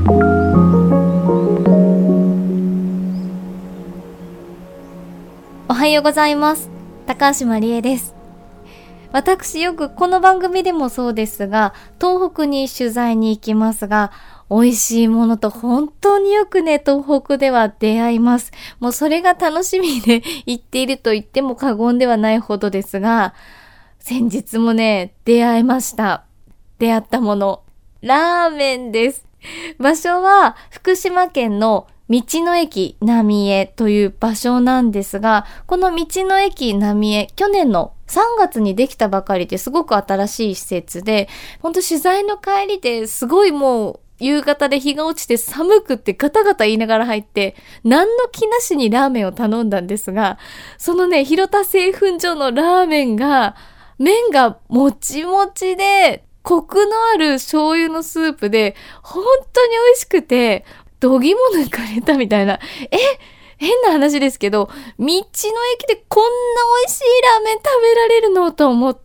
おはようございます。高橋まりえです。私よくこの番組でもそうですが、東北に取材に行きますが、美味しいものと本当によくね、東北では出会います。もうそれが楽しみで行っていると言っても過言ではないほどですが、先日もね、出会いました。出会ったもの、ラーメンです。場所は福島県の道の駅浪江という場所なんですが、この道の駅浪江、去年の3月にできたばかりですごく新しい施設で、本当取材の帰りですごいもう夕方で日が落ちて寒くってガタガタ言いながら入って、何の気なしにラーメンを頼んだんですが、そのね、広田製粉所のラーメンが、麺がもちもちで、コクのある醤油のスープで、本当に美味しくて、度肝抜かれたみたいな。変な話ですけど、道の駅でこんな美味しいラーメン食べられるのと思って、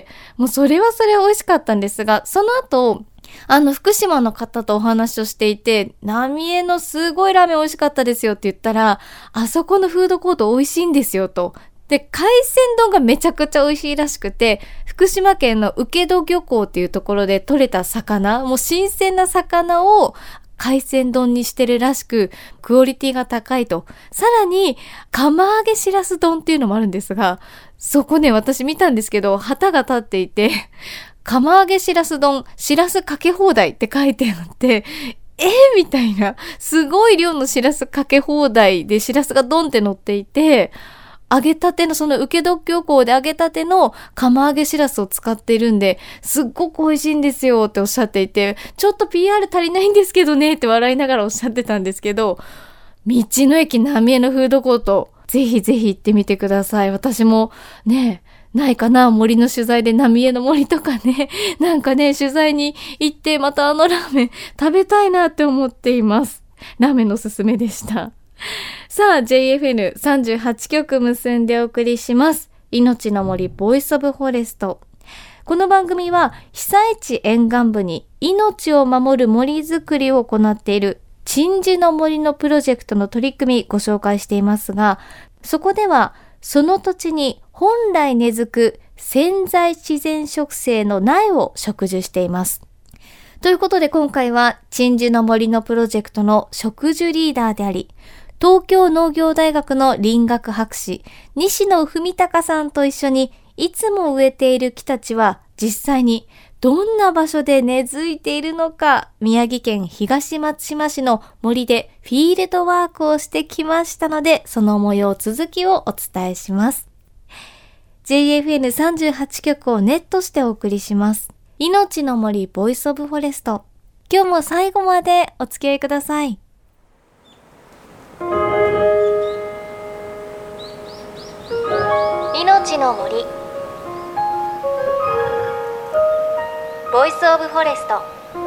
もうそれはそれは美味しかったんですが、その後、福島の方とお話をしていて、浪江のすごいラーメン美味しかったですよって言ったら、あそこのフードコート美味しいんですよと。で、海鮮丼がめちゃくちゃ美味しいらしくて、福島県の請戸漁港っていうところで取れた魚、もう新鮮な魚を海鮮丼にしてるらしく、クオリティが高いと。さらに、釜揚げしらす丼っていうのもあるんですが、そこね、私見たんですけど、旗が立っていて、釜揚げしらす丼、しらすかけ放題って書いてあって、みたいな、すごい量のしらすかけ放題でしらすがドンって乗っていて、揚げたての、その請戸漁港で揚げたての釜揚げしらすを使っているんで、すっごく美味しいんですよっておっしゃっていて、ちょっと PR 足りないんですけどねって笑いながらおっしゃってたんですけど、道の駅浪江のフードコート、ぜひぜひ行ってみてください。私もね、ないかな、森の取材で浪江の森とかね、なんかね、取材に行ってまたラーメン食べたいなって思っています。ラーメンのおすすめでした。さあ JFN38 局結んでお送りします。命の森ボイスオブフォレスト。この番組は被災地沿岸部に命を守る森づくりを行っている鎮守の森のプロジェクトの取り組みご紹介していますが、そこではその土地に本来根付く潜在自然植生の苗を植樹しています。ということで今回は鎮守の森のプロジェクトの植樹リーダーであり、東京農業大学の林学博士、西野文隆さんと一緒にいつも植えている木たちは実際にどんな場所で根付いているのか、宮城県東松島市の森でフィールドワークをしてきましたので、その模様続きをお伝えします。JFN38 局をネットしてお送りします。命の森ボイスオブフォレスト。今日も最後までお付き合いください。命の森ボイスオブフォレスト。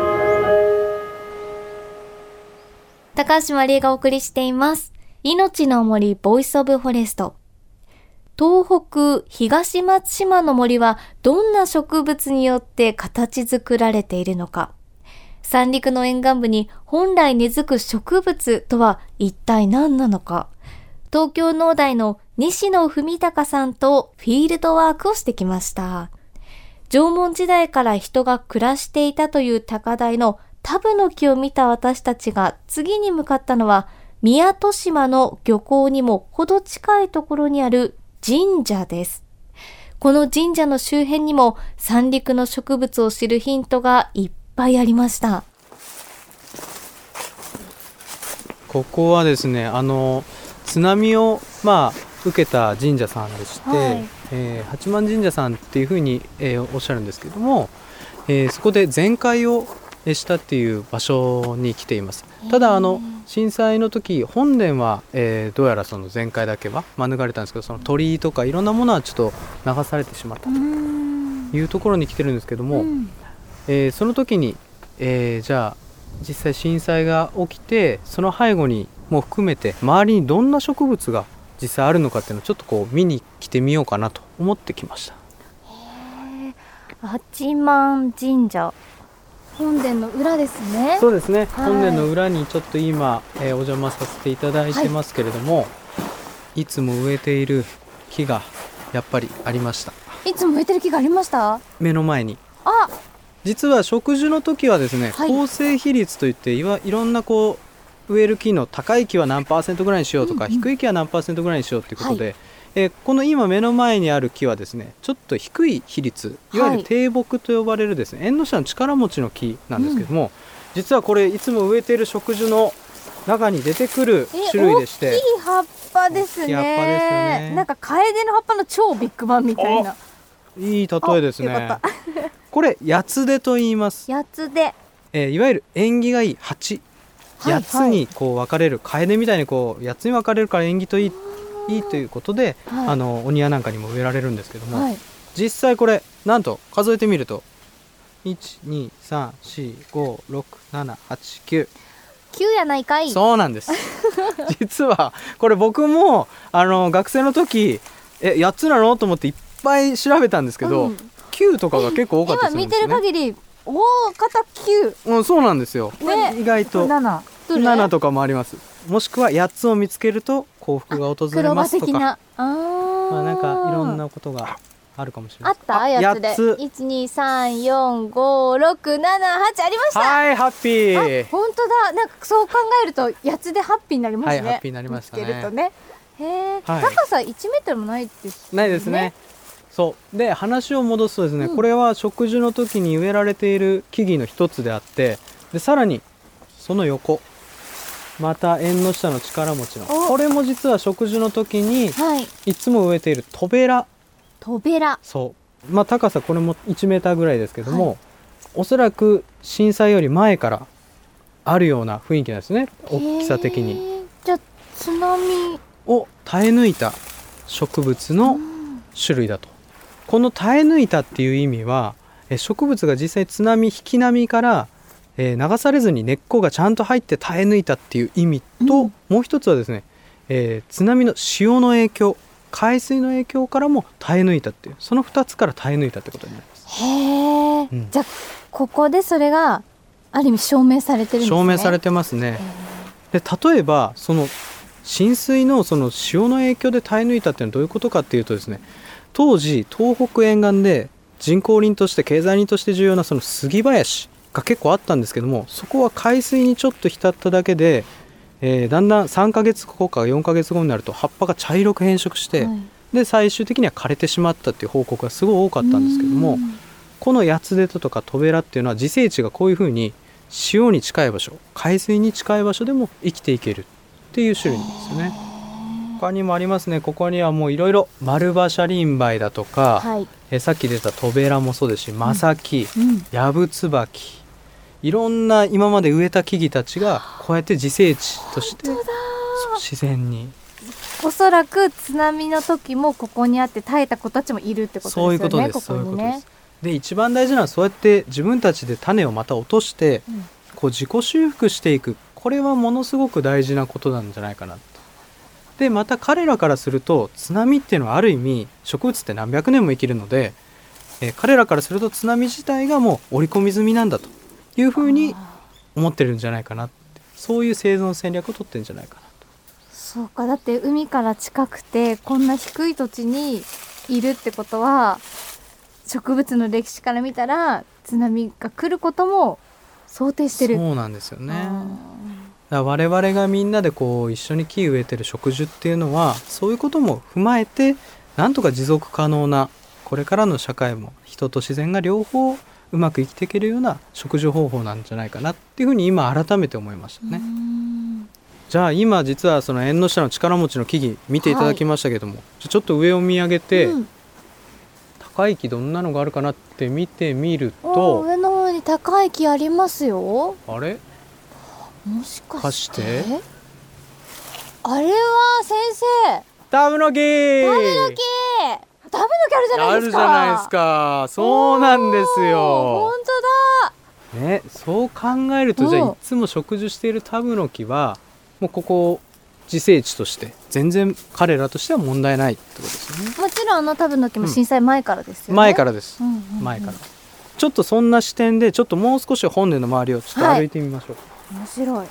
高橋まりえがお送りしています。命の森ボイスオブフォレスト。東北東松島の森はどんな植物によって形作られているのか。三陸の沿岸部に本来根付く植物とは一体何なのか。東京農大の西野文隆さんとフィールドワークをしてきました。縄文時代から人が暮らしていたという高台のタブノキを見た私たちが次に向かったのは、宮戸島の漁港にもほど近いところにある神社です。この神社の周辺にも三陸の植物を知るヒントがいっぱいありました。 ここはですね、津波を受けた神社さんでして、八幡神社さんっていうふうに、おっしゃるんですけども、そこで全壊をしたっていう場所に来ています。ただ震災の時本殿は、どうやらその全壊だけは免れたんですけど、その鳥居とかいろんなものはちょっと流されてしまったというところに来てるんですけども、その時に、じゃあ実際震災が起きてその背後にも含めて周りにどんな植物が実際あるのかっていうのをちょっとこう見に来てみようかなと思ってきました。 八幡神社、 本殿の裏ですね。 そうですね、 はい本殿の裏にちょっと今、お邪魔させていただいてますけれども、いつも植えている木がやっぱりありました。 いつも植えてる木がありました。 目の前に。 あ、 実は植樹の時はですね、 はい構成比率といっていろんなこう植える木の高い木は何%ぐらいにしようとか、低い木は何%ぐらいにしようということで、この今目の前にある木はですね、ちょっと低い比率、いわゆる低木と呼ばれるですね、縁の下の力持ちの木なんですけども、実はこれいつも植えている植樹の中に出てくる種類でして、 大きい葉っぱですね。 大きい葉っぱですよね。 なんかカエデの葉っぱの超ビッグバンみたいな。 いい例えですね。これ八つ手と言います。 八つ手、 いわゆる縁起がいい鉢、8つにこう分かれる、カエデみたいにこう8つに分かれるから縁起といいということで、お庭なんかにも植えられるんですけども、実際これなんと数えてみると 1,2,3,4,5,6,7,8,9 9やないかい。 そうなんです実はこれ僕も学生の時8つなのと思っていっぱい調べたんですけど、9とかが結構多かったりするんですよね。 今見てる限り大方9、 そうなんですよ、 ね、 意外と7とかもあります。もしくは8つを見つけると幸福が訪れますとか、なんかいろんなことがあるかもしれない。 あったやつで 1,2,3,4,5,6,7,8 ありました。 はい、ハッピー。 本当だ。なんかそう考えると8つでハッピーになりますね。 はい、ハッピーになりましたね。 見つけるとね。へえ、 はい、 高さ1メートルもないですね。 ないですね。そうで、話を戻すとですね、これは植樹の時に植えられている木々の一つであって、でさらにその横また縁の下の力持ちの、これも実は植樹の時にいつも植えているトベラ。そう、高さこれも1メーターぐらいですけども、おそらく震災より前からあるような雰囲気なんですね、大きさ的に。 じゃあ津波を耐え抜いた植物の種類だと。この耐え抜いたっていう意味は、植物が実際津波引き波から流されずに根っこがちゃんと入って耐え抜いたっていう意味と、もう一つはですね、津波の潮の影響、海水の影響からも耐え抜いたっていう、その2つから耐え抜いたってことになります。 へえ、じゃあここでそれがある意味証明されてるんですね。 証明されてますね。で例えばその浸水のその潮の影響で耐え抜いたっていうのはどういうことかっていうとですね、当時東北沿岸で人工林として経済林として重要なその杉林が結構あったんですけども、そこは海水にちょっと浸っただけで、だんだん3ヶ月後か4ヶ月後になると葉っぱが茶色く変色して、で最終的には枯れてしまったっていう報告がすごい多かったんですけども、この八つ手とかトベラっていうのは自生地がこういうふうに潮に近い場所、海水に近い場所でも生きていけるっていう種類なんですよね。他にもありますね。ここにはもういろいろ丸葉シャリンバイだとか、さっき出たトベラもそうですし、マサキ、ヤブツバキ、いろんな今まで植えた木々たちがこうやって自生地として自然に、 おそらく津波の時もここにあって耐えた子たちもいるってことですよね。 そういうことです。そういうことです。で一番大事なのはそうやって自分たちで種をまた落として、こう自己修復していく、これはものすごく大事なことなんじゃないかなと。でまた彼らからすると津波っていうのはある意味植物って何百年も生きるので、彼らからすると津波自体がもう織り込み済みなんだというふうに思ってるんじゃないかなって、そういう生存戦略を取ってるんじゃないかなと。 そうか、だって海から近くてこんな低い土地にいるってことは、植物の歴史から見たら津波が来ることも想定してる。 そうなんですよね。だから我々がみんなでこう一緒に木植えてる植樹っていうのは、そういうことも踏まえてなんとか持続可能なこれからの社会も人と自然が両方うまく生きていけるような植樹方法なんじゃないかなっていうふうに今改めて思いましたね。じゃあ今実はその縁の下の力持ちの木々見ていただきましたけども、ちょっと上を見上げて、高い木どんなのがあるかなって見てみると、 上の方に高い木ありますよ。 あれもしかしてあれは先生、 タブノキ。 タブノキあるじゃないですか。 あるじゃないですか。そうなんですよ。 本当だね、そう考えると、じゃあいつも植樹しているタブノキはもうここ自生地として全然彼らとしては問題ないってことですよね。 もちろんタブノキも震災前からですよね。 前からです、前から。 ちょっとそんな視点でちょっともう少し本殿の周りをちょっと歩いてみましょう。 面白い。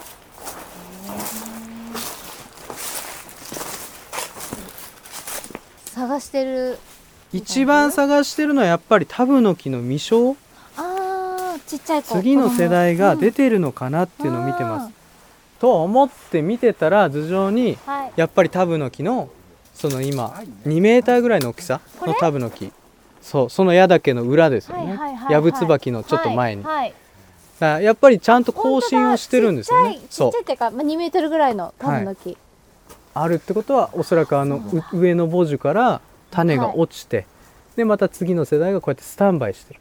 探してる。 一番探してるのはやっぱりタブノキの実生。 ちっちゃい子、 次の世代が出てるのかなっていうのを見てます、と思って見てたら頭上にやっぱりタブノキのその今2メーターぐらいの大きさのタブノキ、その矢岳の裏ですよね。ヤブツバキのちょっと前に、だからやっぱりちゃんと更新をしてるんですよね。 ちっちゃいっていうか、2メートルぐらいのタブノキ、 あるってことはおそらく上の母樹から種が落ちて、でまた次の世代がこうやってスタンバイしてる。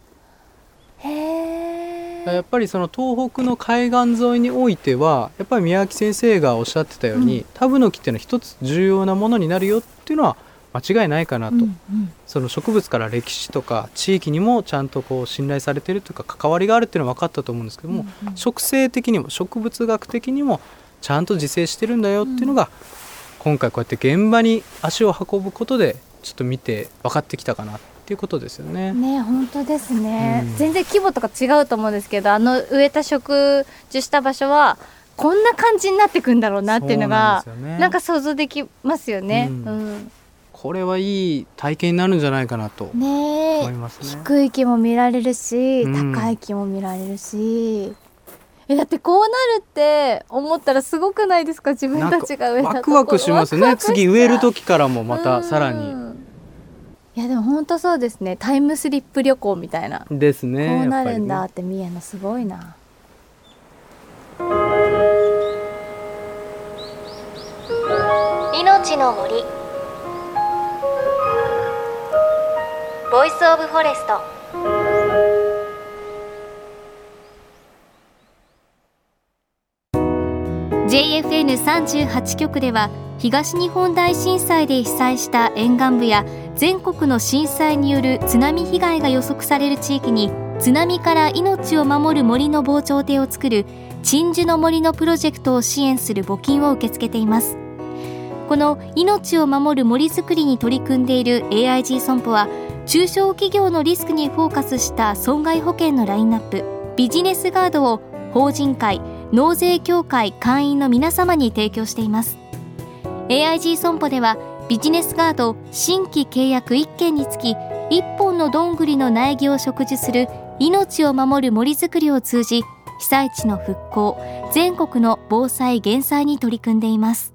やっぱりその東北の海岸沿いにおいてはやっぱり宮脇先生がおっしゃってたように、タブノキっていうのは一つ重要なものになるよっていうのは間違いないかなと、その植物から歴史とか地域にもちゃんとこう信頼されてるというか関わりがあるっていうのは分かったと思うんですけども、植生的にも植物学的にもちゃんと自生してるんだよっていうのが、今回こうやって現場に足を運ぶことでちょっと見て分かってきたかなっていうことですよね。 本当ですね、全然規模とか違うと思うんですけど、植えた植樹した場所はこんな感じになっていくんだろうなっていうのがなんか想像できますよね。 これはいい体験になるんじゃないかなと思いますね。 低い木も見られるし、高い木も見られるし、だってこうなるって思ったらすごくないですか？自分たちが植えたところワクワクしますね。次植える時からもまたさらに。 いやでも本当そうですね。タイムスリップ旅行みたいなですね。 こうなるんだって見えるのすごいな。命の森ボイスオブフォレスト。JFN38 局では東日本大震災で被災した沿岸部や全国の震災による津波被害が予測される地域に津波から命を守る森の防潮堤を作る鎮守の森のプロジェクトを支援する募金を受け付けています。この命を守る森づくりに取り組んでいる AIG 損保は中小企業のリスクにフォーカスした損害保険のラインナップビジネスガードを法人会納税協会会員の皆様に提供しています。 AIG 損保ではビジネスガード新規契約1件につき1本のどんぐりの苗木を植樹する命を守る森づくりを通じ被災地の復興、全国の防災減災に取り組んでいます。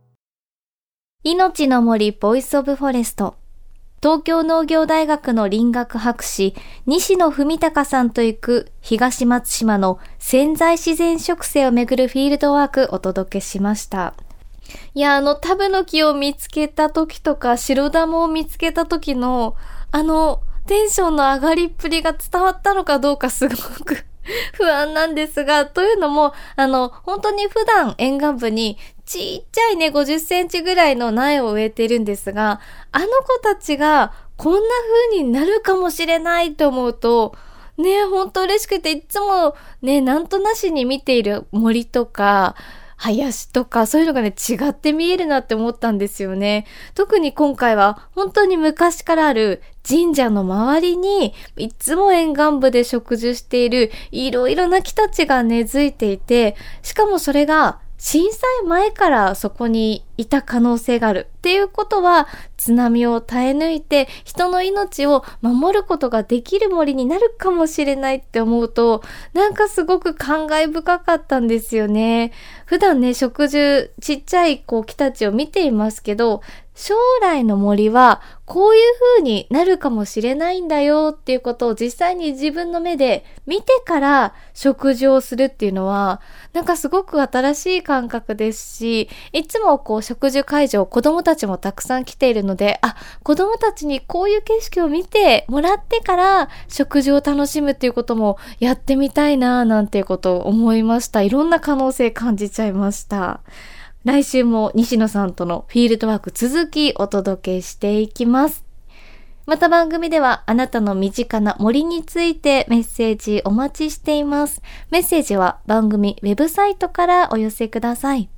命の森ボイスオブフォレスト。東京農業大学の林学博士西野文隆さんと行く東松島の潜在自然植生をめぐるフィールドワークお届けしました。いや、タブノキを見つけた時とか白玉を見つけた時のテンションの上がりっぷりが伝わったのかどうかすごく不安なんですが、というのも本当に普段沿岸部にちっちゃいね50センチぐらいの苗を植えてるんですが、子たちがこんな風になるかもしれないと思うとね、本当嬉しくて、いつもねなんとなしに見ている森とか林とかそういうのがね違って見えるなって思ったんですよね。特に今回は本当に昔からある神社の周りにいつも沿岸部で植樹しているいろいろな木たちが根付いていて、しかもそれが震災前からそこにいた可能性があるっていうことは、津波を耐え抜いて人の命を守ることができる森になるかもしれないって思うと、なんかすごく感慨深かったんですよね。普段ね植樹ちっちゃい木たちを見ていますけど、将来の森はこういう風になるかもしれないんだよっていうことを実際に自分の目で見てから植樹をするっていうのはなんかすごく新しい感覚ですし、いつも植樹会場子供たちもたくさん来ているので、子供たちにこういう景色を見てもらってから植樹を楽しむっていうこともやってみたいななんていうことを思いました。いろんな可能性感じちゃいました。来週も西野さんとのフィールドワーク続きお届けしていきます。また番組ではあなたの身近な森についてメッセージお待ちしています。メッセージは番組ウェブサイトからお寄せください。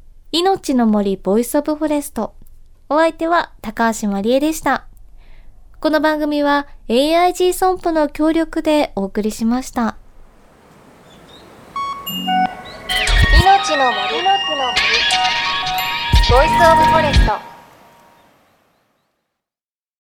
命の森ボイスオブフォレスト。お相手は高橋まりえでした。 この番組は AIG ソンプの協力でお送りしました。 命の森ボイスオブフォレスト。